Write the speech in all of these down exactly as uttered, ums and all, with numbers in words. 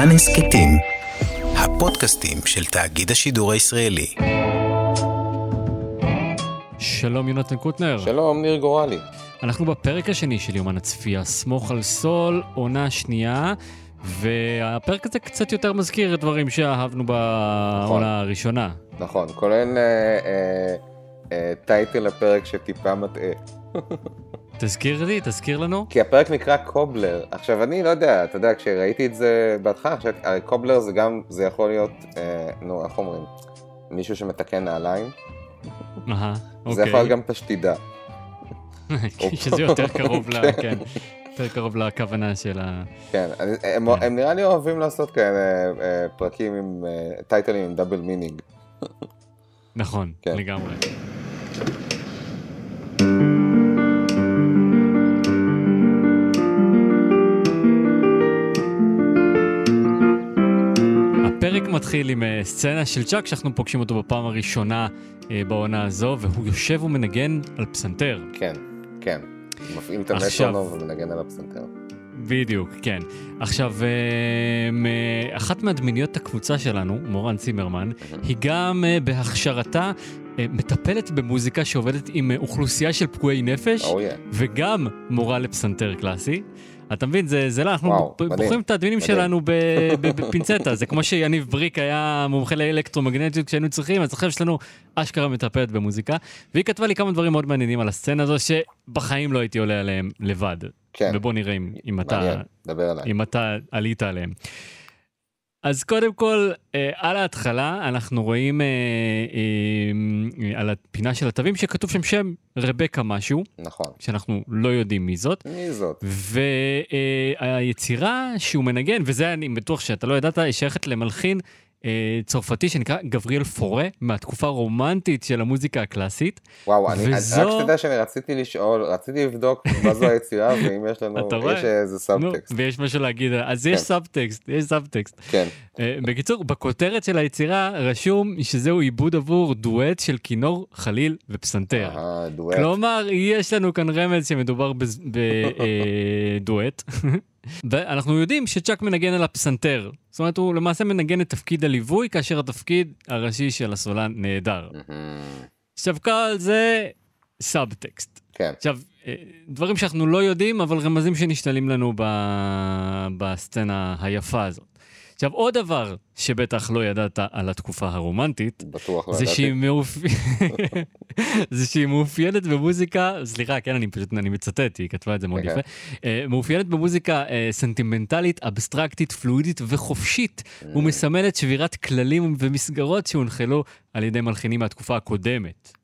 כאן הסכתים, הפודקאסטים של תאגיד השידור הישראלי. שלום יונתן קוטנר. שלום ניר גורלי. אנחנו בפרק השני של יומן הצפייה, סמוך על סול, עונה שנייה, והפרק הזה קצת יותר מזכיר את דברים שאהבנו בעונה נכון. הראשונה. נכון, כולל אה, אה, אה, טייטל הפרק שטיפה מטעה. תזכיר לי, תזכיר לנו. כי הפרק נקרא קובלר. עכשיו אני לא יודע, אתה יודע, כשראיתי את זה בהתחלה, עכשיו, קובלר זה גם, זה יכול להיות, אה, נו, איך אומרים? מישהו שמתקן נעליים. אהה, אוקיי. זה יכול להיות גם פשטידה. שזה יותר קרוב ל... כן. יותר קרוב לכוונה של ה... כן, הם, הם נראה לי אוהבים לעשות כאלה פרקים עם טייטלים עם דאבל מינינג. נכון, כן. לגמרי. הפרק מתחיל עם סצנה של צ'אק, שאנחנו פוגשים אותו בפעם הראשונה בעונה הזו, והוא יושב ומנגן על פסנתר. כן, כן. מפעיל את המטרונום ומנגן על הפסנתר. בדיוק, כן. עכשיו, אחת מהדמיניות הקבוצה שלנו, מורן צימרמן, היא גם בהכשרתה מטפלת במוזיקה שעובדת עם אוכלוסייה של פגועי נפש, וגם מורה לפסנתר קלאסי. אתה מבין, זה, זה לא, אנחנו בוחרים את הדמינים שלנו בפינצטה, זה כמו שיניב בריק היה מומחה לאלקטרומגנטיות כשהיינו צריכים, אז עכשיו יש לנו אשכרה מטפלת במוזיקה, והיא כתבה לי כמה דברים מאוד מעניינים על הסצנה הזו, שבחיים לא הייתי עולה עליהם לבד. כן. ובוא נראה אם, אם, אתה, אם אתה עלית עליהם. אז קודם כל, אה, על ההתחלה, אנחנו רואים אה, אה, על הפינה של התווים שכתוב שם שם רבקה משהו. נכון. שאנחנו לא יודעים מי זאת. מי זאת? והיצירה שהוא מנגן, וזה אני בטוח שאתה לא ידעת, היא שייכת למלחין אה, צרפתי שנקרא גבריאל פורה, מהתקופה הרומנטית של המוזיקה הקלאסית. וואו, אני, וזו... רק שתדע שאני רציתי לשאול, רציתי לבדוק מה זו היצירה, ואם יש לנו, יש איזה סאבטקסט. נו, ויש משהו להגיד, אז יש סאבטקסט, יש סאבטקסט. כן. בקיצור, בכותרת של היצירה רשום שזהו עיבוד עבור דואט של כינור, חליל ופסנתר. אה, דואט. כלומר, יש לנו כאן רמז שמדובר בדואט. ואנחנו יודעים שצ'אק מנגן על הפסנתר. זאת אומרת, הוא למעשה מנגן את תפקיד הליווי, כאשר התפקיד הראשי של הסולן נהדר. עכשיו, כל זה סאבטקסט. כן. עכשיו, דברים שאנחנו לא יודעים, אבל רמזים שנשתלים לנו בסצנה היפה הזאת. עכשיו, עוד דבר שבטח לא ידעת על התקופה הרומנטית, בטוח לא זה ידעתי. שהיא מאופ... זה שהיא מאופיינת במוזיקה, סליחה, כן, אני פשוט, אני מצטט, היא כתבה את זה מאוד יפה, מאופיינת במוזיקה סנטימנטלית, אבסטרקטית, פלואידית וחופשית, ומסמלת שבירת כללים ומסגרות שהונחלו על ידי מלחינים מהתקופה הקודמת.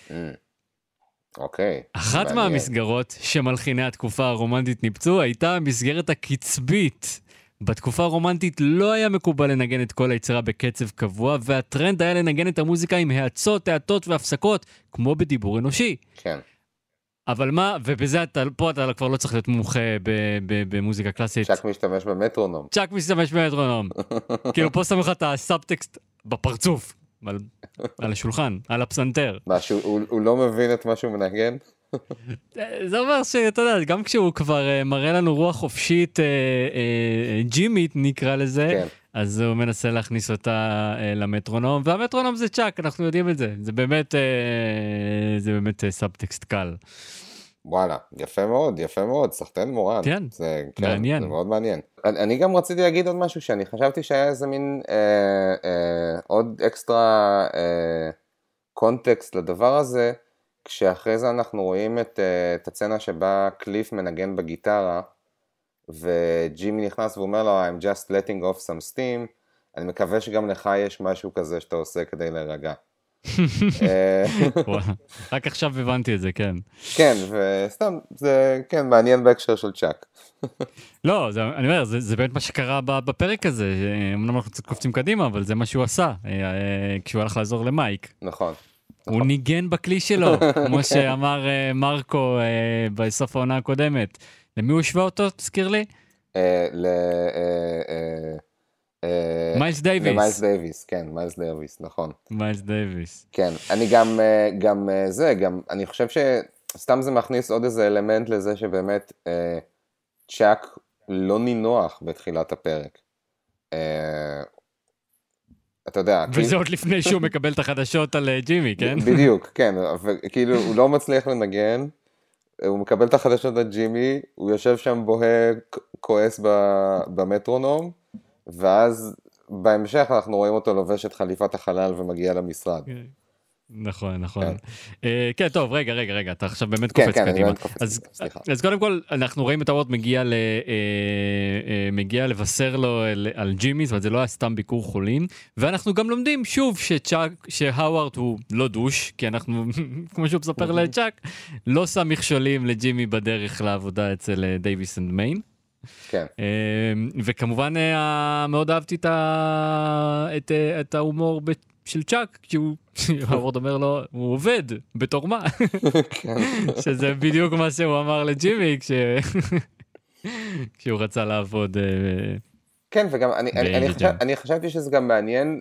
אוקיי. אחת מהמסגרות שמלחיני התקופה הרומנטית ניפצו, הייתה המסגרת הקצבית. בתקופה הרומנטית לא היה מקובל לנגן את כל היצירה בקצב קבוע, והטרנד היה לנגן את המוזיקה עם האצות, האטות והפסקות, כמו בדיבור אנושי. כן. אבל מה, ובזה אתה, פה אתה כבר לא צריך להיות מומחה במוזיקה קלאסית. צ'אק משתמש במטרונום. צ'אק משתמש במטרונום. כאילו פה שם לך את הסאבטקסט בפרצוף, על, על השולחן, על הפסנתר. משהו, הוא, הוא לא מבין את מה שהוא מנגן? זה אומר שאתה יודע, גם כשהוא כבר מראה לנו רוח חופשית ג'ימית נקרא לזה, כן. אז הוא מנסה להכניס אותה למטרונום, והמטרונום זה צ'אק, אנחנו יודעים את זה. זה באמת, זה באמת סאבטקסט קל. וואלה, יפה מאוד, יפה מאוד, סחטן מורן. כן, זה, כן, מעניין. זה מאוד מעניין. אני, אני גם רציתי להגיד עוד משהו, שאני חשבתי שהיה איזה מין אה, אה, עוד אקסטרה אה, קונטקסט לדבר הזה, כשאחרי זה אנחנו רואים את, את הצנה שבה קליף מנגן בגיטרה, וג'ימי נכנס ואומר לו, I'm just letting off some steam, אני מקווה שגם לך יש משהו כזה שאתה עושה כדי להירגע. רק עכשיו הבנתי את זה, כן. כן, וסתם, זה כן, מעניין בהקשר של צ'אק. לא, אני אומר, זה באמת מה שקרה בפרק הזה, אמנם אנחנו קצת קופצים קדימה, אבל זה מה שהוא עשה, כשהוא הלך לעזור למייק. נכון. הוא ניגן בכלי שלו, כמו שאמר מרקו בסוף העונה הקודמת. למי הוא השווה אותו, תזכיר לי? ל... מיילס דייביס. למיילס דייביס, כן, מיילס דייביס, נכון. מיילס דייביס. כן, אני גם, גם זה, גם, אני חושב שסתם זה מכניס עוד איזה אלמנט לזה שבאמת צ'אק לא נינוח בתחילת הפרק. אתה יודע... וזה עוד לפני שהוא מקבל את החדשות על ג'ימי, כן? בדיוק, כן, וכאילו הוא לא מצליח לנגן, הוא מקבל את החדשות על ג'ימי, הוא יושב שם בוהה, כועס במטרונום, ואז בהמשך אנחנו רואים אותו לובש את חליפת החלל ומגיע למשרד. נכון, נכון. כן, טוב, רגע, רגע, רגע, אתה עכשיו באמת קופץ קדימה. אז קודם כל, אנחנו רואים את הווארד מגיע לבשר לו על ג'ימי, זאת אומרת, זה לא היה סתם ביקור חולים, ואנחנו גם לומדים שוב שהווארד הוא לא דוש, כי אנחנו, כמו שהוא מספר לצ'אק, לא שם מכשולים לג'ימי בדרך לעבודה אצל דייוויס אנד מיין. כן. וכמובן, מאוד אהבתי את ההומור של צ'אק, כשהוא, הווארד אומר לו, הוא עובד, בתור מה? שזה בדיוק מה שהוא אמר לג'ימי, כשהוא רצה לעבוד. כן, וגם אני חשבתי שזה גם מעניין,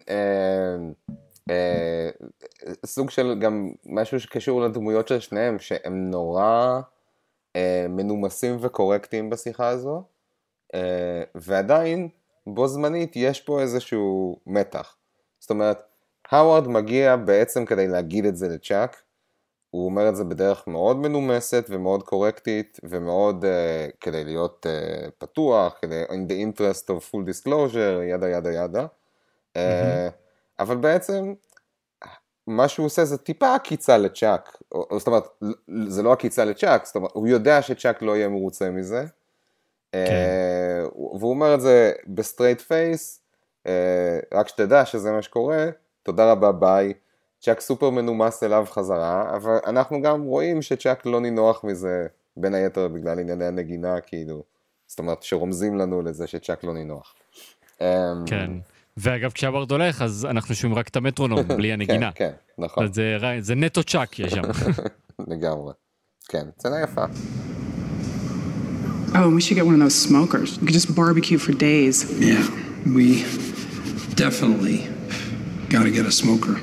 סוג של גם משהו שקשור לדמויות של שניהם, שהם נורא מנומסים וקורקטים בשיחה הזו, ועדיין, בו זמנית, יש פה איזשהו מתח. זאת אומרת, הווארד מגיע בעצם כדי להגיד את זה לצ'אק, הוא אומר את זה בדרך מאוד מנומסת ומאוד קורקטית, ומאוד uh, כדי להיות uh, פתוח, כדי in the interest of full disclosure, ידה ידה ידה. Mm-hmm. Uh, אבל בעצם, מה שהוא עושה זה טיפה עקיצה לצ'אק, או, או, זאת אומרת, זה לא עקיצה לצ'אק, זאת אומרת, הוא יודע שצ'אק לא יהיה מרוצה מזה, okay. uh, והוא אומר את זה בסטרייט פייס, uh, רק שתדע שזה מה שקורה, תודה רבה, ביי. צ'אק סופר מנומס אליו חזרה, אבל אנחנו גם רואים שצ'אק לא נינוח מזה, בין היתר בגלל ענייני הנגינה, כאילו, זאת אומרת, שרומזים לנו לזה שצ'אק לא נינוח. כן, ואגב, כשהווארד הולך, אז אנחנו שומעים רק את המטרונום, בלי הנגינה. כן, כן, נכון. זה נטו צ'אק יש שם. לגמרי. כן, צנה יפה. Oh, we should get one of those smokers. We could just barbecue for days. Yeah, we definitely gotta get a smoker.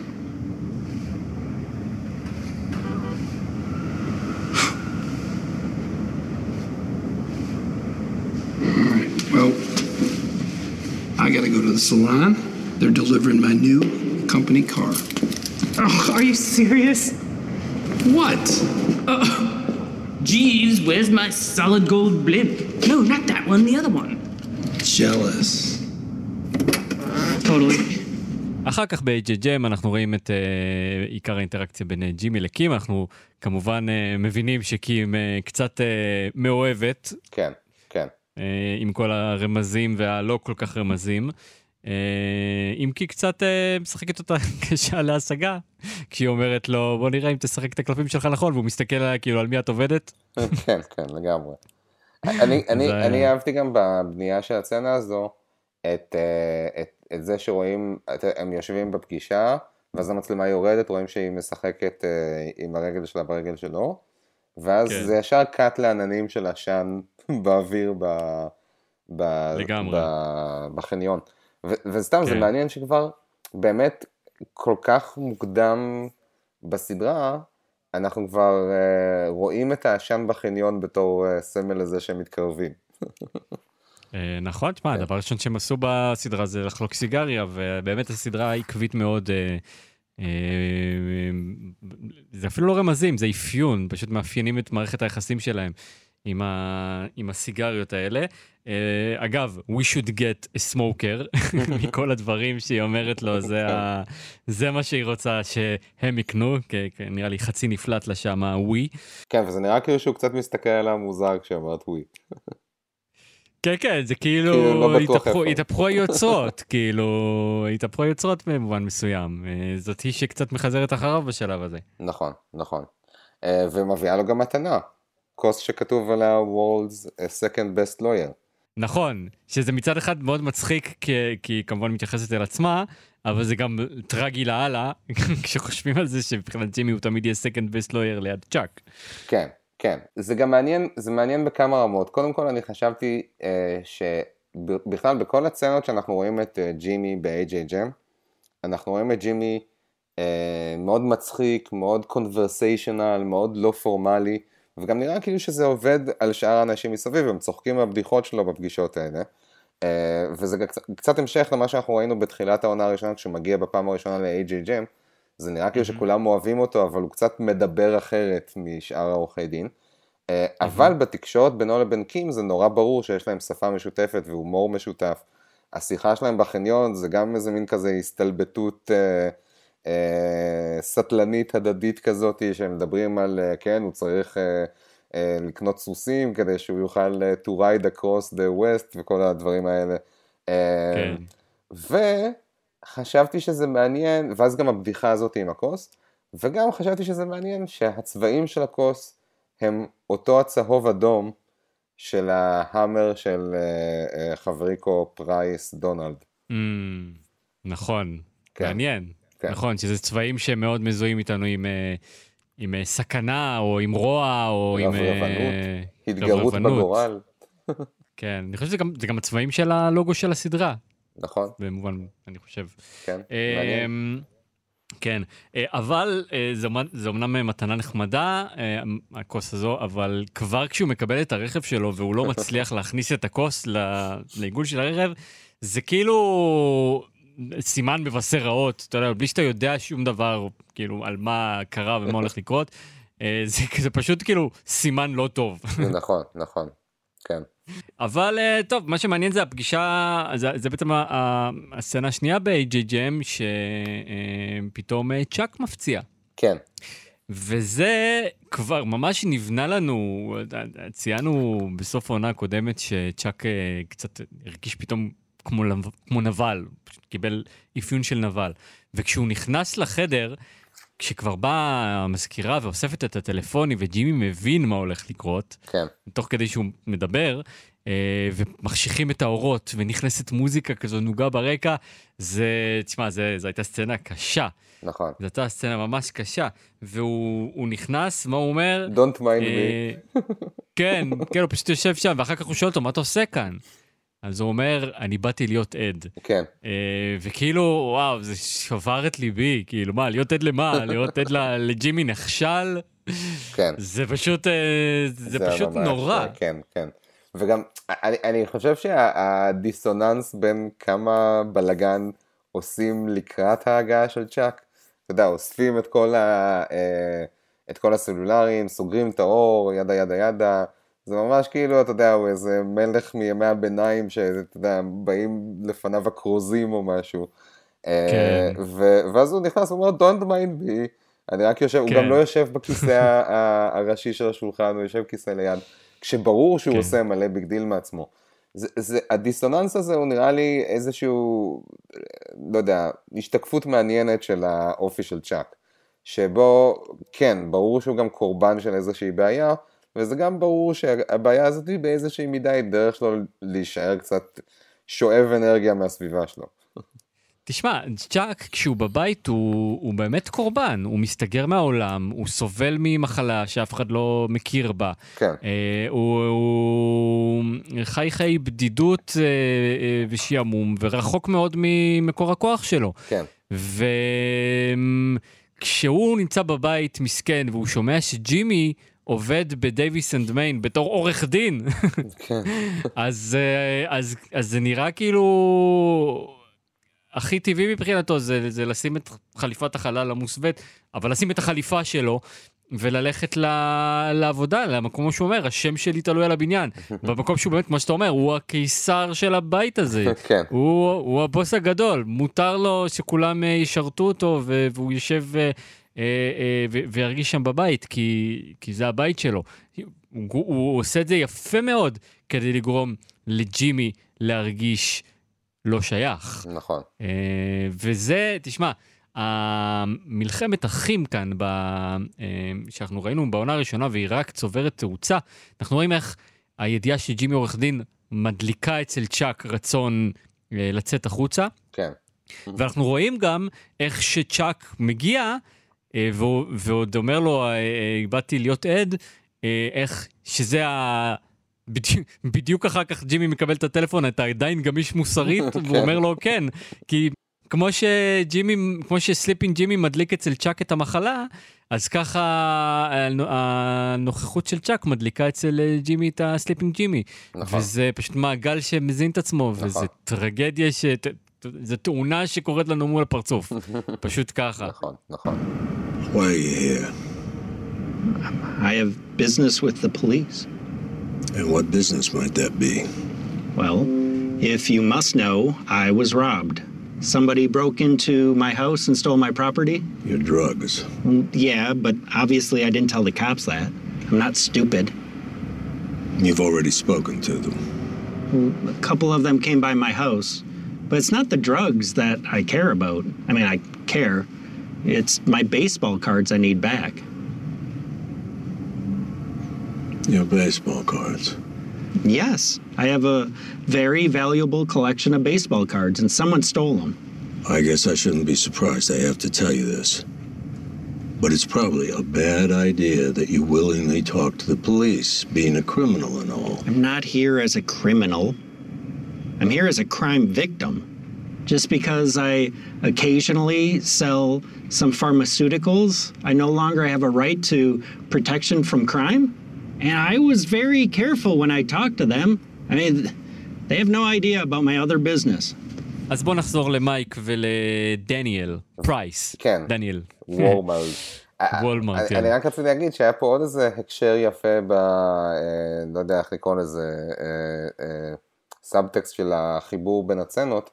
Alright, well, I gotta go to the salon. They're delivering my new company car. Oh, are you serious? What? Uh, Jeeves, where's my solid gold blimp? No, not that one, the other one. Jealous. Totally. אחר כך ב-איי ג'יי ג'ם אנחנו רואים את uh, עיקר האינטראקציה בין ג'ימי לקים, אנחנו כמובן uh, מבינים שקים uh, קצת uh, מאוהבת. כן, כן. Uh, עם כל הרמזים והלא כל כך רמזים. Uh, אם כי קצת uh, משחקת אותה קשה להשגה, כשהיא אומרת לו, בוא נראה אם תשחק את הקלפים שלך נכון, והוא מסתכל עליה כאילו על מי את עובדת. כן, כן, לגמרי. אני, אני, אני אהבתי גם בבנייה של הצנה הזו, את, את, את זה שרואים, הם יושבים בפגישה, ואז המצלמה יורדת, רואים שהיא משחקת עם הרגל שלה ברגל שלו, ואז כן. זה ישר קאט לעננים של עשן באוויר ב, ב, ב, בחניון. ו, וסתם כן. זה מעניין שכבר באמת כל כך מוקדם בסדרה, אנחנו כבר uh, רואים את העשן בחניון בתור uh, סמל לזה שהם מתקרבים. נכון, תשמע, הדבר הראשון שהם עשו בסדרה זה לחלוק סיגריה, ובאמת הסדרה היא עקבית מאוד, זה אפילו לא רמזים, זה אפיון, פשוט מאפיינים את מערכת היחסים שלהם עם הסיגריות האלה. אגב, we should get a smoker, מכל הדברים שהיא אומרת לו, זה מה שהיא רוצה שהם יקנו, כי נראה לי חצי נפלט לה שם, ווי. כן, וזה נראה כאילו שהוא קצת מסתכל עליה מוזר כשאמרת ווי. כן, כן, זה כאילו, התהפכו היוצרות, כאילו, התהפכו היוצרות במובן מסוים. זאת היא שקצת מחזרת אחריו בשלב הזה. נכון, נכון. ומביאה לו גם מתנה. כוס שכתוב עליה World's Second Best Lawyer. נכון, שזה מצד אחד מאוד מצחיק, כי, כי כמובן מתייחסת אל עצמה, אבל זה גם טרגי להלאה, כשחושבים על זה שבכלל ג'ימי הוא תמיד יהיה Second Best Lawyer ליד צ'אק. כן. כן, זה גם מעניין, זה מעניין בכמה רמות. קודם כל אני חשבתי אה, שבכלל בכל הצנות שאנחנו רואים את אה, ג'ימי ב-איי ג'יי ג'ם, אנחנו רואים את ג'ימי אה, מאוד מצחיק, מאוד קונברסיישנל, מאוד לא פורמלי, וגם נראה כאילו שזה עובד על שאר האנשים מסביב, הם צוחקים מהבדיחות שלו בפגישות האלה. וזה קצת המשך למה שאנחנו ראינו בתחילת העונה הראשונה, כשהוא מגיע בפעם הראשונה ל-איי ג'יי ג'ם, זה נראה כאילו שכולם אוהבים אותו, אבל הוא קצת מדבר אחרת משאר העורכי דין. אבל בתקשורת בינו לבין קים זה נורא ברור שיש להם שפה משותפת והומור משותף. השיחה שלהם בחניון זה גם איזה מין כזה הסתלבטות אה, אה, סטלנית הדדית כזאת, שהם מדברים על, אה, כן, הוא צריך אה, אה, לקנות סוסים כדי שהוא יוכל אה, to ride across the west וכל הדברים האלה. אה, כן. וחשבתי שזה מעניין, ואז גם הבדיחה הזאת עם הכוס, וגם חשבתי שזה מעניין שהצבעים של הכוס הם אותו הצהוב אדום של ההאמר של uh, uh, חבריקו פרייס דונלד. Mm, נכון, כן. מעניין. כן. נכון, שזה צבעים שמאוד מזוהים איתנו עם, uh, עם uh, סכנה, או עם רוע, או עם... רברבנות, uh, התגרות רברבנות. בגורל. כן, אני חושב שזה גם, זה גם הצבעים של הלוגו של הסדרה. נכון. במובן, אני חושב. כן, Um, מעניין. כן, אבל זה, זה אומנם מתנה נחמדה, הכוס הזו, אבל כבר כשהוא מקבל את הרכב שלו והוא לא מצליח להכניס את הכוס לעיגול של הרכב, זה כאילו סימן מבשר רעות, אתה יודע, בלי שאתה יודע שום דבר כאילו על מה קרה ומה הולך לקרות, זה, זה פשוט כאילו סימן לא טוב. נכון, נכון, כן. אבל טוב, מה שמעניין זה הפגישה, זה, זה בעצם הסצנה השנייה ב-איי ג'יי ג'ם, שפתאום צ'אק מפציע. כן. וזה כבר ממש נבנה לנו, ציינו בסוף העונה הקודמת שצ'אק קצת הרגיש פתאום כמו, כמו נבל, קיבל אפיון של נבל. וכשהוא נכנס לחדר, כשכבר באה המזכירה ואוספת את הטלפונים, וג'ימי מבין מה הולך לקרות, כן. תוך כדי שהוא מדבר, אה, ומחשיכים את האורות, ונכנסת מוזיקה כזו נוגה ברקע, זה, תשמע, זה, זה הייתה סצנה קשה. נכון. זו הייתה סצנה ממש קשה, והוא נכנס, מה הוא אומר? Don't mind אה, me. כן, כן, הוא פשוט יושב שם, ואחר כך הוא שואל אותו, מה אתה עושה כאן? אז הוא אומר, אני באתי להיות עד. כן. Uh, וכאילו, וואו, זה שבר את ליבי, כאילו, מה, להיות עד למה? להיות עד לג'ימי נכשל? כן. זה פשוט, uh, זה, זה פשוט ממש, נורא. כן, כן. וגם, אני, אני חושב שהדיסוננס בין כמה בלגן עושים לקראת ההגעה של צ'אק, אתה יודע, אוספים את כל, ה, את כל הסלולרים, סוגרים את האור, ידה ידה ידה, זה ממש כאילו, אתה יודע, הוא איזה מלך מימי הביניים, שאתה יודע, באים לפניו הקרוזים או משהו. כן. ו- ואז הוא נכנס, הוא אומר, don't mind me, אני רק יושב, כן. הוא גם לא יושב בכיסא הראשי של השולחן, הוא יושב כיסא ליד, כשברור שהוא כן. עושה מלא ביג דיל מעצמו. זה, זה, הדיסוננס הזה הוא נראה לי איזשהו, לא יודע, השתקפות מעניינת של האופי של צ'אק, שבו, כן, ברור שהוא גם קורבן של איזושהי בעיה, וזה גם ברור שהבעיה הזאת היא באיזושהי מידה היא דרך שלו להישאר קצת שואב אנרגיה מהסביבה שלו. תשמע, צ'אק כשהוא בבית הוא, הוא באמת קורבן, הוא מסתגר מהעולם, הוא סובל ממחלה שאף אחד לא מכיר בה. כן. אה, הוא, הוא חי חי בדידות אה, אה, ושיעמום, ורחוק מאוד ממקור הכוח שלו. כן. וכשהוא נמצא בבית מסכן, והוא שומע שג'ימי עובד בדייוויס אנד מיין בתור עורך דין, כן. אז, אז, אז זה נראה כאילו הכי טבעי מבחינתו זה, זה לשים את חליפת החלל המוסווית, אבל לשים את החליפה שלו וללכת ל, לעבודה, למקום שהוא אומר, השם שלי תלוי על הבניין. במקום שהוא באמת, כמו שאתה אומר, הוא הקיסר של הבית הזה. כן. הוא, הוא הבוס הגדול. מותר לו שכולם ישרתו אותו והוא יושב וירגיש שם בבית, כי, כי זה הבית שלו. הוא, הוא עושה את זה יפה מאוד כדי לגרום לג'ימי להרגיש לא שייך. נכון. וזה, תשמע, המלחמת אחים כאן, ב... שאנחנו ראינו בעונה הראשונה, והיא רק צוברת תאוצה, אנחנו רואים איך הידיעה שג'ימי עורך דין מדליקה אצל צ'אק רצון לצאת החוצה. כן. ואנחנו רואים גם איך שצ'אק מגיע, ועוד אומר לו, באתי להיות עד, איך שזה ה... בדיוק, בדיוק אחר כך ג'ימי מקבל את הטלפון, אתה עדיין גמיש מוסרית, והוא אומר לו כן, כי כמו שג'ימי, כמו שסליפינג ג'ימי מדליק אצל צ'אק את המחלה, אז ככה הנוכחות של צ'אק מדליקה אצל ג'ימי את הסליפינג ג'ימי. נכון. וזה פשוט מעגל שמזין את עצמו, נכון. וזה טרגדיה, ש... זה תאונה שקורית לנו מול הפרצוף. פשוט ככה. נכון, נכון. Why are you here? I have business with the police. And what business might that be? Well, if you must know, I was robbed. Somebody broke into my house and stole my property. Your drugs. Yeah, but obviously I didn't tell the cops that. I'm not stupid. You've already spoken to them. A couple of them came by my house, but it's not the drugs that I care about. I mean, I care. It's my baseball cards I need back. Your baseball cards? Yes. I have a very valuable collection of baseball cards, and someone stole them. I guess I shouldn't be surprised I have to tell you this. But it's probably a bad idea that you willingly talk to the police, being a criminal and all. I'm not here as a criminal. I'm here as a crime victim. Just because I occasionally sell some pharmaceuticals, I no longer have a right to protection from crime. And I was very careful when I talked to them. I mean, they have no idea about my other business. אז בוא נחזור למייק ולדניאל פרייס. כן. דניאל. וולמארט. וולמארט, כן. אני רק רציתי להגיד שהיה פה עוד איזה הקשר יפה ב... לא יודע איך לקרוא לזה, סאבטקסט של החיבור בין הצנות.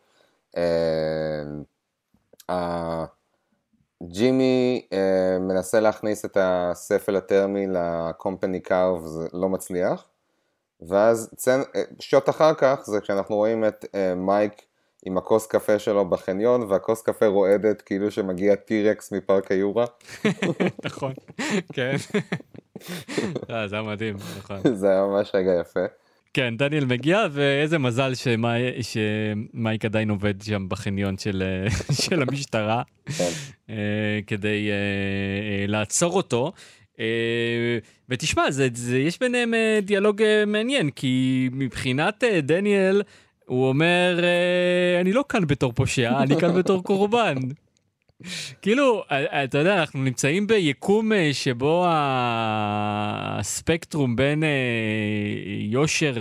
ג'ימי מנסה להכניס את הספל הטרמי לקומפני קאר וזה לא מצליח. ואז שוט אחר כך זה כשאנחנו רואים את מייק עם הכוס קפה שלו בחניון, והכוס קפה רועדת כאילו שמגיע טירקס מפארק היורה. נכון, כן. זה היה מדהים, נכון. זה היה ממש רגע יפה. כן, דניאל מגיע, ואיזה מזל שמייק עדיין עובד שם בחניון של המשטרה, כדי לעצור אותו. ותשמע, יש ביניהם דיאלוג מעניין, כי מבחינת דניאל, הוא אומר, אני לא כאן בתור פושע, אני כאן בתור קורבן. כאילו, אתה יודע, אנחנו נמצאים ביקום שבו הספקטרום בין יושר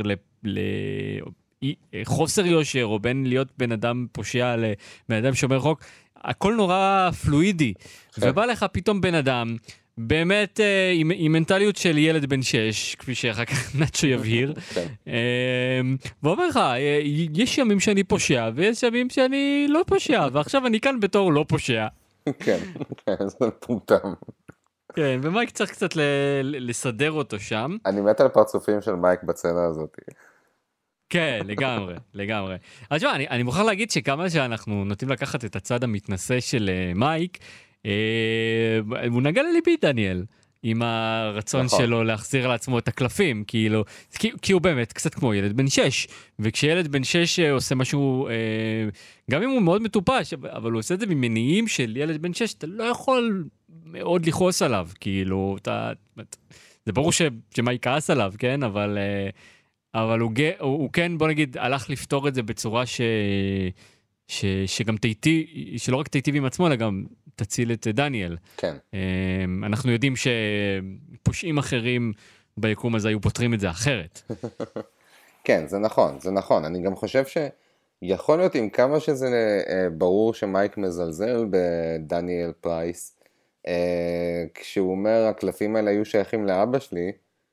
לחוסר יושר, או בין להיות בן אדם פושע לבן אדם שומר חוק, הכל נורא פלואידי. ובא לך פתאום בן אדם, באמת עם, עם מנטליות של ילד בן שש, כפי שאחר כך נאצ'ו יבהיר, ואומר לך, יש ימים שאני פושע, ויש ימים שאני לא פושע, ועכשיו אני כאן בתור לא פושע. כן, כן, זה פומטם. כן, ומייק צריך קצת לסדר אותו שם. אני מת על פרצופים של מייק בצנה הזאת. כן, לגמרי, לגמרי. אז שמה, אני, אני מוכרח להגיד שכמה שאנחנו נוטים לקחת את הצד המתנשא של מייק, הוא נגע לליבי, דניאל, עם הרצון נכון. שלו להחזיר לעצמו את הקלפים, כאילו, כי, כי הוא באמת קצת כמו ילד בן שש, וכשילד בן שש עושה משהו, גם אם הוא מאוד מטופש, אבל הוא עושה את זה ממניעים של ילד בן שש, אתה לא יכול מאוד לכעוס עליו, כאילו, אתה, זה ברור ש, שמה יכעס עליו, כן, אבל, אבל הוא, הוא, הוא כן, בוא נגיד, הלך לפתור את זה בצורה ש... ש, שגם תיטיב, שלא רק תיטיב עם עצמו, אלא גם תציל את דניאל. כן. אנחנו יודעים שפושעים אחרים ביקום הזה היו פותרים את זה אחרת. כן, זה נכון, זה נכון. אני גם חושב שיכול להיות עם כמה שזה ברור שמייק מזלזל בדניאל פרייס, כשהוא אומר, הקלפים האלה היו שייכים לאבא שלי,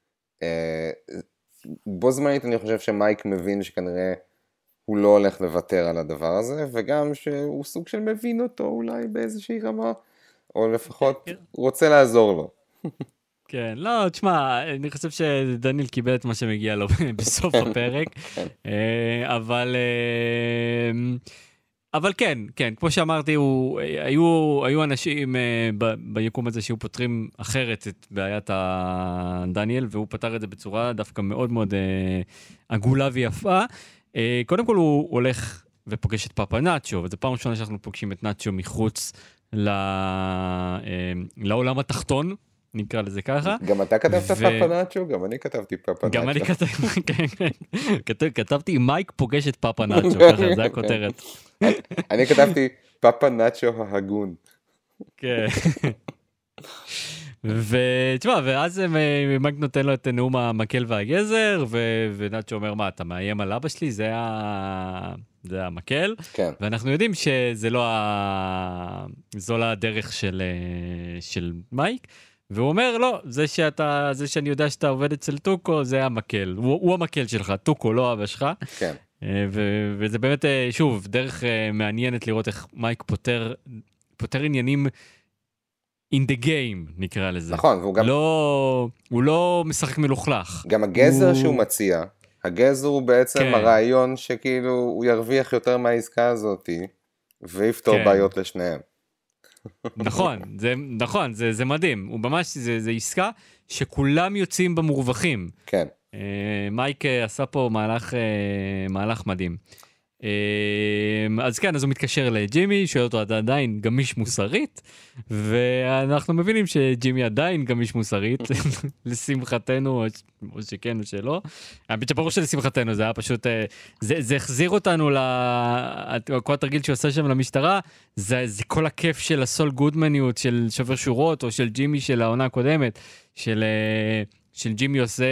בו זמנית אני חושב שמייק מבין שכנראה הוא לא הולך לוותר על הדבר הזה, וגם שהוא סוג של מבין אותו אולי באיזושהי רמה, או לפחות רוצה לעזור לו. כן, לא, תשמע, אני חושב שדניאל קיבל את מה שמגיע לו בסוף הפרק, אבל... אבל כן, כן, כמו שאמרתי, הוא, היו, היו אנשים ב, ביקום הזה שהיו פותרים אחרת את בעיית הדניאל, והוא פתר את זה בצורה דווקא מאוד מאוד עגולה ויפה. קודם כל הוא הולך ופוגש את פאפה נאצ'ו, וזו פעם ראשונה שאנחנו פוגשים את נאצ'ו מחוץ לעולם התחתון, נקרא לזה ככה. גם אתה כתבת פאפה נאצ'ו? גם אני כתבתי פאפה נאצ'ו. גם אני כתבתי, כתבתי מייק פוגש את פאפה נאצ'ו, ככה, זה הכותרת. אני כתבתי פאפה נאצ'ו ההגון. כן. ותשמע, ואז מייק נותן לו את נאום המקל והגזר, ונאצ'ו אומר, מה, אתה מאיים על אבא שלי? זה זה המקל. כן. ואנחנו יודעים שזה לא ה... זו לא הדרך של, של מייק, והוא אומר, לא, זה שאתה, זה שאני יודע שאתה עובד אצל טוקו, זה המקל. הוא, הוא המקל שלך, טוקו, לא אבא שלך. כן. ו- וזה באמת, שוב, דרך מעניינת לראות איך מייק פותר, פותר עניינים in the game, נקרא לזה. נכון, והוא גם... לא, הוא לא משחק מלוכלך. גם הגזר הוא... שהוא מציע, הגזר הוא בעצם כן. הרעיון שכאילו הוא ירוויח יותר מהעסקה הזאת, ויפתור כן. בעיות לשניהם. נכון, זה, נכון, זה, זה מדהים. הוא ממש, זה, זה עסקה שכולם יוצאים במורווחים. כן. Uh, מייק uh, עשה פה מהלך, uh, מהלך מדהים. Uh, אז כן, אז הוא מתקשר לג'ימי, שואל אותו, אתה עדיין גמיש מוסרית, ואנחנו מבינים שג'ימי עדיין גמיש מוסרית, לשמחתנו, או שכן או שלא. האמת שברור שלשמחתנו, זה היה פשוט, uh, זה, זה החזיר אותנו, כל התרגיל שהוא עושה שם למשטרה, זה, זה כל הכיף של הסול גודמניות, של שובר שורות, או של ג'ימי של העונה הקודמת, של... Uh, של ג'ימי עושה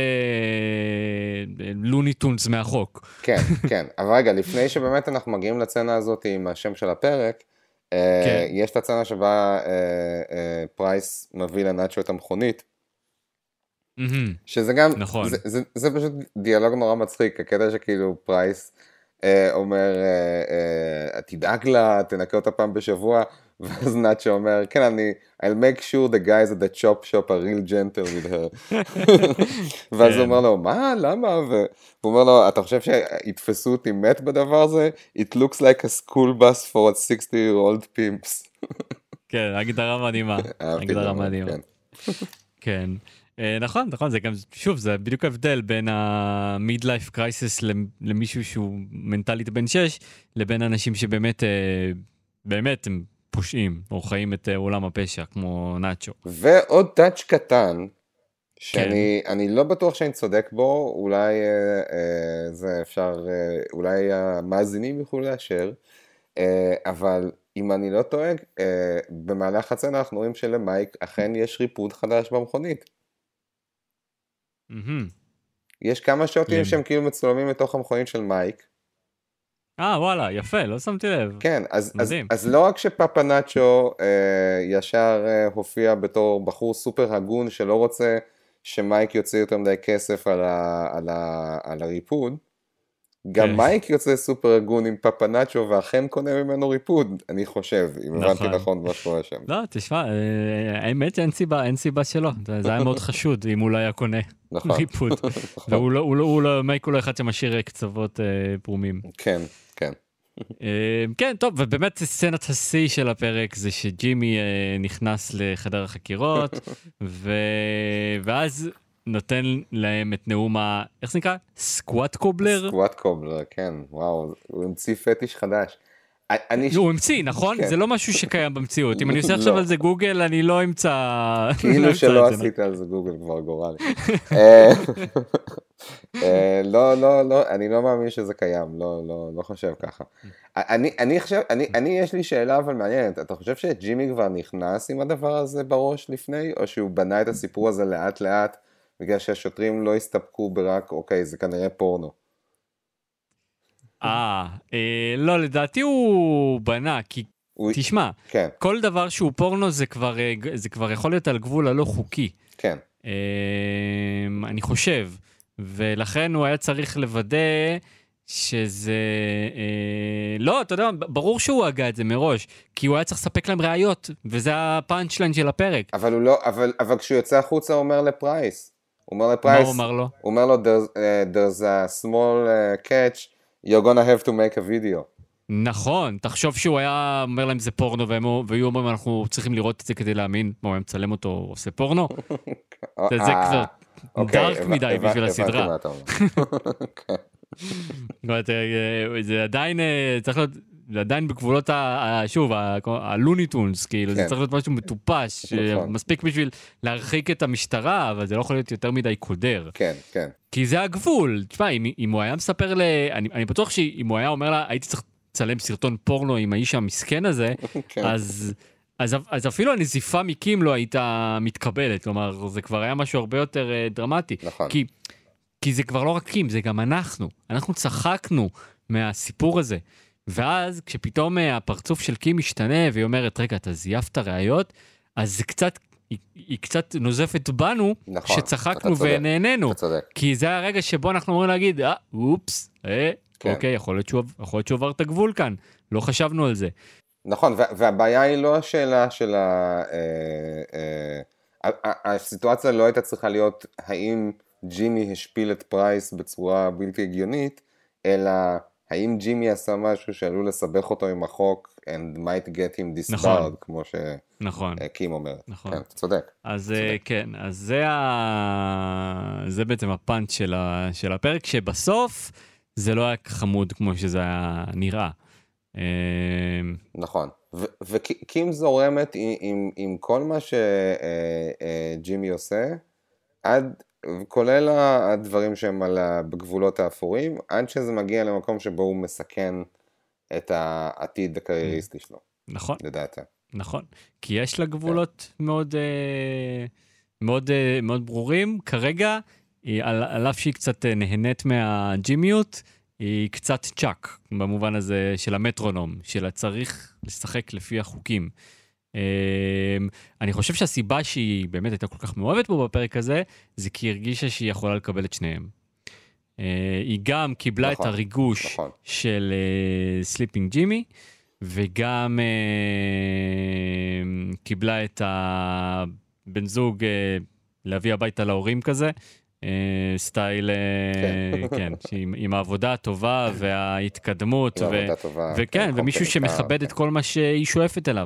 לוני טונס מהחוק. כן, כן. אבל רגע, לפני שבאמת אנחנו מגיעים לצנה הזאת עם השם של הפרק, כן. יש את הצנה שבה פרייס מביא לנאצ'ו את המכונית, שזה גם, נכון. זה, זה, זה פשוט דיאלוג נורא מצחיק, הקטע שכאילו פרייס אומר, תדאג לה, תנקה אותה פעם בשבוע, ואז נאצ'ו אומר, כן, אני, I'll make sure the guys at the chop shop are real gentle with her. ואז הוא אומר לו, מה, למה? והוא אומר לו, אתה חושב שיתפסו אותי מת בדבר הזה? It looks like a school bus for a sixty year old pimps. כן, הגדרה מדהימה. הגדרה מדהימה. כן. נכון, נכון, זה גם, שוב, זה בדיוק ההבדל בין ה-midlife crisis למישהו שהוא מנטלית בן שש, לבין אנשים שבאמת, באמת הם פושעים, או חיים את עולם הפשע, כמו נאצ'ו. ועוד טאץ' קטן, שאני אני לא בטוח שאני צודק בו, אולי זה אפשר, אולי המאזינים יוכלו לאשר, אבל אם אני לא טועה, במהלך הצנה אנחנו רואים שלמייק אכן יש ריפוד חדש במכונית. יש כמה שוטים שהם כאילו מצולמים מתוך המכונית של מייק. אה, וואלה, יפה, לא שמתי לב. כן, אז, אז, אז לא רק שפאפה נאצ'ו אה, ישר אה, הופיע בתור בחור סופר הגון שלא רוצה שמייק יוצא יותר מדי כסף על, ה, על, ה, על הריפוד, גם כן. מייק יוצא סופר הגון עם פאפה נאצ'ו ואכן קונה ממנו ריפוד, אני חושב, אם נכון. הבנתי נכון מה שקורה שם. לא, תשמע, האמת שאין סיבה, אין סיבה שלא, זה היה מאוד חשוד אם הוא לא היה קונה נכון. ריפוד, נכון. והוא לא, הוא לא, הוא לא, מייק הוא לא אחד שמשאיר קצוות אה, פרומים. כן, כן. כן, טוב, ובאמת סצנת השיא של הפרק זה שג'ימי נכנס לחדר החקירות, ואז נותן להם את נאום ה... איך זה נקרא? סקואט קובלר? סקואט קובלר, כן, וואו, הוא המציא פטיש חדש. הוא המציא, נכון? זה לא משהו שקיים במציאות. אם אני עושה עכשיו על זה גוגל, אני לא אמצא... כאילו שלא עשית על זה גוגל כבר גורל. לא, לא, לא, אני לא מאמין שזה קיים, לא חושב ככה. אני חושב, אני יש לי שאלה אבל מעניינת, אתה חושב שג'ימי כבר נכנס עם הדבר הזה בראש לפני, או שהוא בנה את הסיפור הזה לאט לאט, בגלל שהשוטרים לא הסתפקו ברק, אוקיי, זה כנראה פורנו. אה, לא, לדעתי הוא בנה, כי תשמע, כל דבר שהוא פורנו זה כבר יכול להיות על גבול הלא חוקי. כן. אני חושב, ולכן הוא היה צריך לוודא שזה... לא, אתה יודע, ברור שהוא הגע את זה מראש, כי הוא היה צריך לספק להם ראיות, וזה הפאנצ'ליין של הפרק. אבל הוא לא, אבל כשהוא יוצא החוצה הוא אומר לפרייס, הוא אומר לפרייס, מה הוא אומר לו? הוא אומר לו, there's a small catch, you're gonna have to make a video. נכון, תחשוב שהוא היה אומר להם זה פורנו, והיו אומרים אנחנו צריכים לראות את זה כדי להאמין, מה הוא מצלם אותו עושה פורנו? זה כבר דארק מדי בשביל הסדרה. זה עדיין צריך להיות, זה עדיין בגבולות, שוב, הלוניטונס, כאילו, זה צריך להיות משהו מטופש, מספיק בשביל להרחיק את המשטרה, אבל זה לא יכול להיות יותר מדי קודר. כן, כן. כי זה הגבול, תשמע, אם הוא היה מספר ל... אני בטוח שאם הוא היה אומר לה, הייתי צריך לצלם סרטון פורנו עם האיש המסכן הזה, אז, אז, אז אפילו הנזיפה מקים לא הייתה מתקבלת, כלומר, זה כבר היה משהו הרבה יותר uh, דרמטי. נכון. כי, כי זה כבר לא רק קים, זה גם אנחנו. אנחנו צחקנו מהסיפור הזה. ואז כשפתאום הפרצוף של קים משתנה, והיא אומרת, רגע, אתה זייפת ראיות, אז זה קצת, היא, היא קצת נוזפת בנו, נכון, שצחקנו ונהננו. כי זה הרגע שבו אנחנו אומרים להגיד, אה, אופס, אה, כן. אוקיי, יכול להיות, שהוא, יכול להיות שהוא עבר את הגבול כאן. לא חשבנו על זה. נכון, והבעיה היא לא השאלה של ה... הסיטואציה לא הייתה צריכה להיות, האם ג'ימי השפיל את פרייס בצורה בלתי הגיונית, אלא האם ג'ימי עשה משהו שעלול לסבך אותו עם החוק, and might get him disbarred, נכון. כמו נכון. שקים אומר. נכון. כן, אתה צודק. אז צודק. כן, אז זה, ה... זה בעצם הפאנץ' של, ה... של הפרק, שבסוף זה לא היה חמוד כמו שזה היה נראה. נכון, וקים זורמת עם, עם, עם כל מה שג'ימי עושה, עד, כולל הדברים שהם על בגבולות האפורים, עד שזה מגיע למקום שבו הוא מסכן את העתיד הקרייריסטי שלו. נכון. לדעתה. נכון, כי יש לה גבולות מאוד, מאוד, מאוד ברורים. כרגע, על, על אף שהיא קצת נהנית מהג'ימיות, היא קצת צ'אק, במובן הזה של המטרונום, שלה צריך לשחק לפי החוקים. אני חושב שהסיבה שהיא באמת הייתה כל כך מאוהבת בו בפרק הזה, זה כי היא הרגישה שהיא יכולה לקבל את שניהם. היא גם קיבלה נכון, את הריגוש נכון. של סליפינג ג'ימי, וגם קיבלה את הבן זוג להביא הביתה להורים כזה, סטייל, כן, עם העבודה הטובה וההתקדמות, וכן, ומישהו שמכבד את כל מה שהיא שואפת אליו.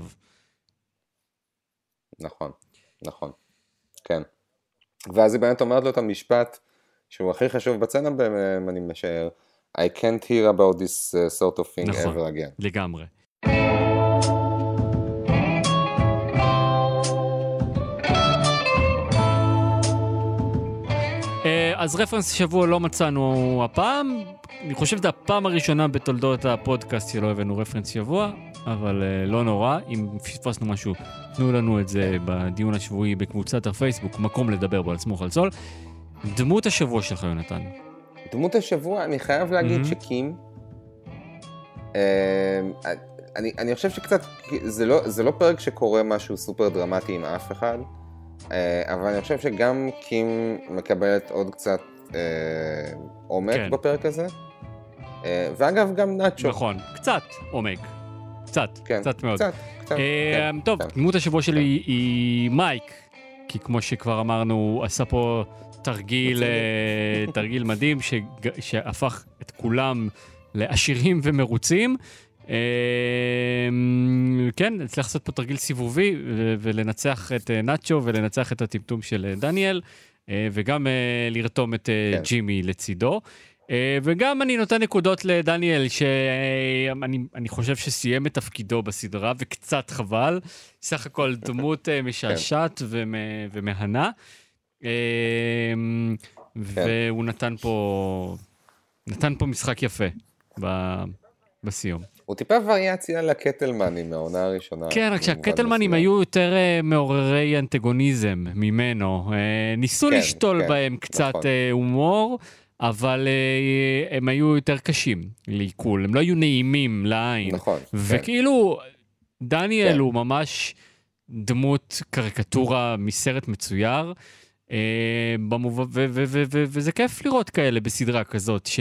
נכון, נכון, כן. ואז היא באמת אומרת לו את המשפט, שהוא הכי חשוב בצנה, אני משער, I can't hear about this sort of thing ever again. לגמרי. אז רפרנס שבוע לא מצאנו הפעם, אני חושב שזה הפעם הראשונה בתולדות הפודקאסט שלא הבאנו רפרנס שבוע, אבל לא נורא, אם פספסנו משהו, תנו לנו את זה בדיון השבועי בקבוצת הפייסבוק, מקום לדבר בו על סמוך על סול. דמות השבוע שלך, יונתן. דמות השבוע, אני חייב להגיד mm-hmm. שקים, אני, אני חושב שקצת, זה לא, זה לא פרק שקורה משהו סופר דרמטי עם אף אחד, אבל אני חושב שגם קים מקבלת עוד קצת עומק כן. בפרק הזה, ואגב גם נאצ'ו. נכון, קצת עומק, קצת, כן, קצת מאוד. קצת, קצת, אה, כן, טוב, כן. דמות השבוע שלי היא, היא מייק, כי כמו שכבר אמרנו, עשה פה תרגיל, תרגיל מדהים, ש, שהפך את כולם לעשירים ומרוצים, כן, הצליח לעשות פה תרגיל סיבובי ולנצח את נאצ'ו ולנצח את הטמטום של דניאל וגם לרתום את ג'ימי לצידו. וגם אני נותן נקודות לדניאל שאני אני חושב שסיים את תפקידו בסדרה וקצת חבל, סך הכל דמות משעשעת ומהנה, והוא נתן פה נתן פה משחק יפה בסיום. הוא טיפה וריאציה לקטלמנים מהעונה הראשונה. כן, רק שהקטלמנים היו יותר מעוררי אנטגוניזם ממנו. ניסו לשתול בהם קצת הומור, אבל הם היו יותר קשים לעיכול. הם לא היו נעימים לעין. נכון. וכאילו, דניאל הוא ממש דמות קריקטורה מסרט מצויר, וזה כיף לראות כאלה בסדרה כזאת, ש...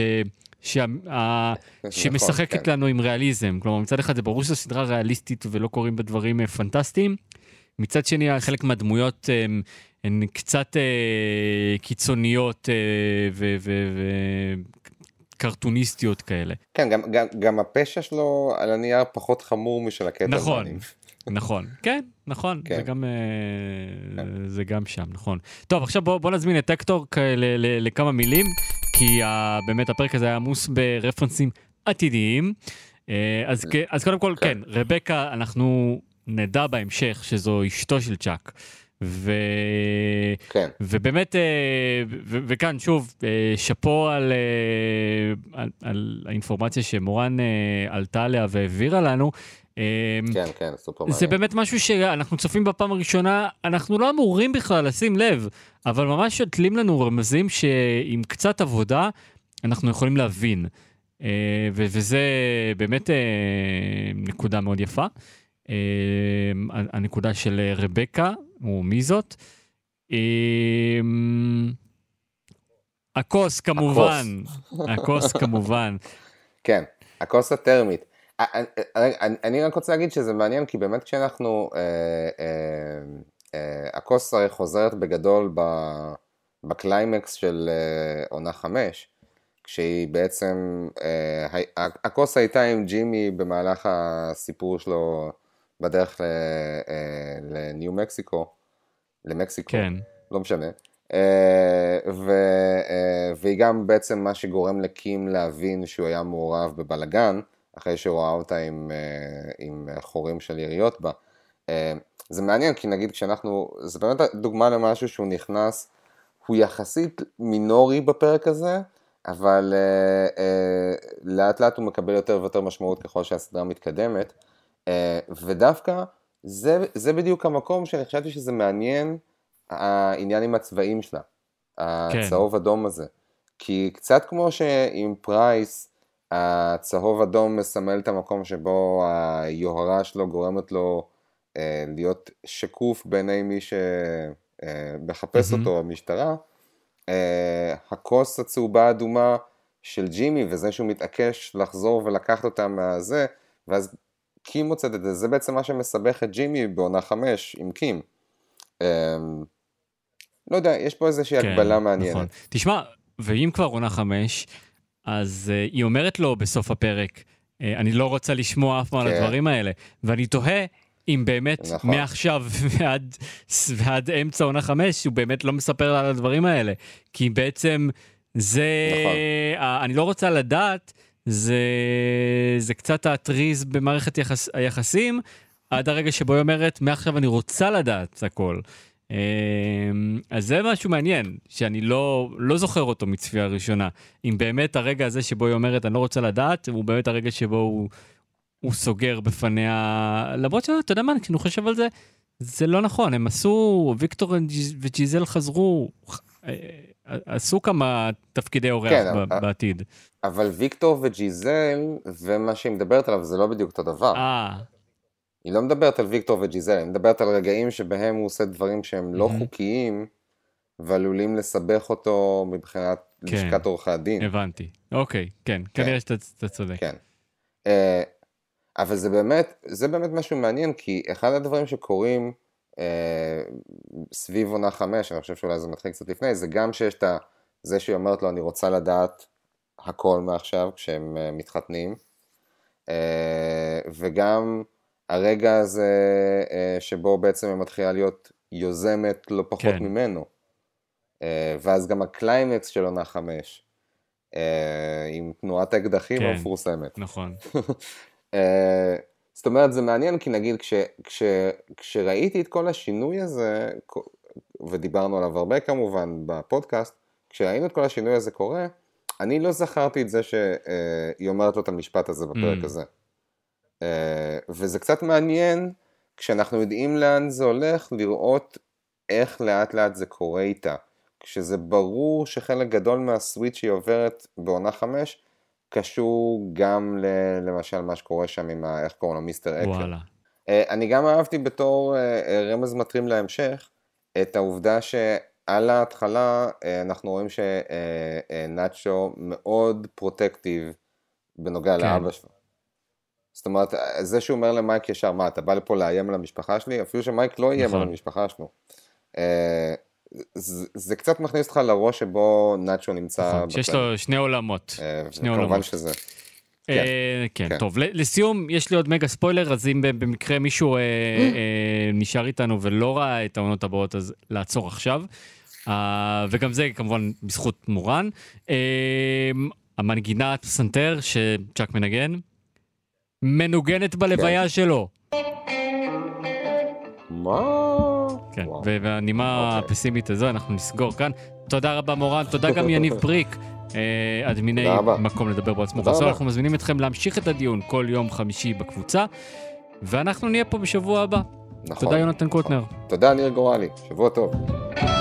שמשחקת לנו עם ריאליזם. כלומר, מצד אחד זה ברור שזו סדרה ריאליסטית ולא קוראים בדברים פנטסטיים. מצד שני, חלק מהדמויות הן קצת קיצוניות וקרטוניסטיות כאלה. כן, גם הפשע שלו על הנייר פחות חמור משל הקטלמנים. נכון, נכון. כן, נכון. זה גם שם, נכון. טוב, עכשיו בוא נזמין את הקטור לכמה מילים. כי uh, באמת הפרק הזה היה עמוס ברפרנסים עתידיים. Uh, אז, אז קודם כל, כן, רבקה, אנחנו נדע בהמשך שזו אשתו של צ'אק. ו... כן. ובאמת, ו... וכאן שוב, שפו על, על, על האינפורמציה שמורן עלתה עליה והעבירה לנו, כן, כן, סופר מעניין. זה באמת משהו שאנחנו צופים בפעם הראשונה, אנחנו לא אמורים בכלל לשים לב, אבל ממש שתלים לנו רמזים שעם קצת עבודה אנחנו יכולים להבין. וזה באמת נקודה מאוד יפה. הנקודה של רבקה, או מי זאת? הכוס כמובן. הכוס כמובן. כן, הכוס הטרמית. אני רק רוצה להגיד שזה מעניין, כי באמת כשאנחנו, הכוס הרי חוזרת בגדול בקליימקס של עונה חמש, כשהיא בעצם, הכוס הייתה עם ג'ימי במהלך הסיפור שלו בדרך לניו מקסיקו, למקסיקו, כן. לא משנה, והיא גם בעצם מה שגורם לקים להבין שהוא היה מעורב בבלגן, אחרי שהוא ראה אותה עם, עם חורים של יריות בה. זה מעניין, כי נגיד כשאנחנו, זה באמת דוגמה למשהו שהוא נכנס, הוא יחסית מינורי בפרק הזה, אבל uh, uh, לאט לאט הוא מקבל יותר ויותר משמעות ככל שהסדרה מתקדמת, uh, ודווקא זה, זה בדיוק המקום שאני חשבתי שזה מעניין, העניין עם הצבעים שלה, הצהוב אדום הזה, כי קצת כמו שעם פרייס, הצהוב אדום מסמל את המקום שבו היוהרה שלו גורמת לו uh, להיות שקוף בעיני מי שמחפש uh, אותו, המשטרה, Uh, הכוס הצהובה האדומה של ג'ימי, וזה שהוא מתעקש לחזור ולקחת אותה מהזה, ואז קים מוצאת את זה, זה בעצם מה שמסבך את ג'ימי בעונה חמש עם קים. Uh, לא יודע, יש פה איזושהי כן, הגבלה מעניינת. נכון. תשמע, ואם כבר עונה חמש, אז uh, היא אומרת לו בסוף הפרק, uh, אני לא רוצה לשמוע אף פעם כן. על הדברים האלה, ואני תוהה, אם באמת נכון. מעכשיו ועד, ועד אמצע עונה חמש, הוא באמת לא מספר על הדברים האלה. כי בעצם זה, נכון. אני לא רוצה לדעת, זה, זה קצת הטריז במערכת יחס, היחסים, עד הרגע שבו היא אומרת, מעכשיו אני רוצה לדעת הכל. אז זה משהו מעניין, שאני לא, לא זוכר אותו מצפייה הראשונה. אם באמת הרגע הזה שבו היא אומרת, אני לא רוצה לדעת, הוא באמת הרגע שבו הוא... הוא סוגר בפניה, למרות שאתה יודע מה, כשאני חושב על זה, זה לא נכון, הם עשו, ויקטור וג'יזל חזרו, עשו כמה תפקידי אורח כן, בעתיד. אבל ויקטור וג'יזל, ומה שהיא מדברת עליו, זה לא בדיוק אותו דבר. אה. היא לא מדברת על ויקטור וג'יזל, היא מדברת על רגעים שבהם הוא עושה דברים שהם לא חוקיים, ועלולים לסבך אותו מבחינת לשכת עורכי הדין. הבנתי, אוקיי, כן, כנראה שאתה צודק. כן. אבל זה באמת, זה באמת משהו מעניין, כי אחד הדברים שקורים אה, סביב עונה חמש, אני חושב שאולי זה מתחיל קצת לפני, זה גם שיש את זה שהיא אומרת לו, אני רוצה לדעת הכל מעכשיו, כשהם אה, מתחתנים, אה, וגם הרגע הזה אה, שבו בעצם היא מתחילה להיות יוזמת לא פחות כן. ממנו, אה, ואז גם הקליימקס של עונה חמש, אה, עם תנועת האקדחים כן. המפורסמת. נכון. Uh, זאת אומרת, זה מעניין, כי נגיד, כש, כש, כשראיתי את כל השינוי הזה, ודיברנו עליו הרבה כמובן בפודקאסט, כשראינו את כל השינוי הזה קורה, אני לא זכרתי את זה שהיא אומרת לו את המשפט הזה בפרק mm. הזה. Uh, וזה קצת מעניין, כשאנחנו יודעים לאן זה הולך, לראות איך לאט לאט זה קורה איתה. כשזה ברור שחלק גדול מהסוויץ' שהיא עוברת בעונה חמש, קשור גם למשל מה שקורה שם עם איך קוראים לו מיסטר אקר. וואלה. אני גם אהבתי בתור רמז מטרים להמשך את העובדה שעל ההתחלה אנחנו רואים שנאצ'ו מאוד פרוטקטיב בנוגע לאבא שלו. זאת אומרת, זה שהוא אומר למייק ישר, מה, אתה בא לפה לאיים על המשפחה שלי? אפילו שמייק לא איים על המשפחה שלו. זה, זה קצת מכניס אותך לראש שבו נאצ'ו נמצא... נכון, שיש לו שני עולמות. שני עולמות. כמובן שזה... כן, כן, כן, טוב. לסיום, יש לי עוד מגה ספוילר, אז אם במקרה מישהו נשאר איתנו ולא ראה את העונות הבאות, אז לעצור עכשיו. וגם זה כמובן בזכות מורן. המנגינת פסנתר שצ'אק מנגן, מנוגנת בלוויה שלו. מה? כן, וואו. ובנימה אוקיי. הפסימית הזו אנחנו נסגור כאן. תודה רבה מורן, תודה גם יניב בריק, אה, אדמיני תודה רבה. מקום לדבר בעצמו תודה חסון. רבה. אנחנו מזמינים אתכם להמשיך את הדיון כל יום חמישי בקבוצה, ואנחנו נהיה פה בשבוע הבא. נכון. תודה יונתן קוטנר. תודה ניר גורלי, שבוע טוב.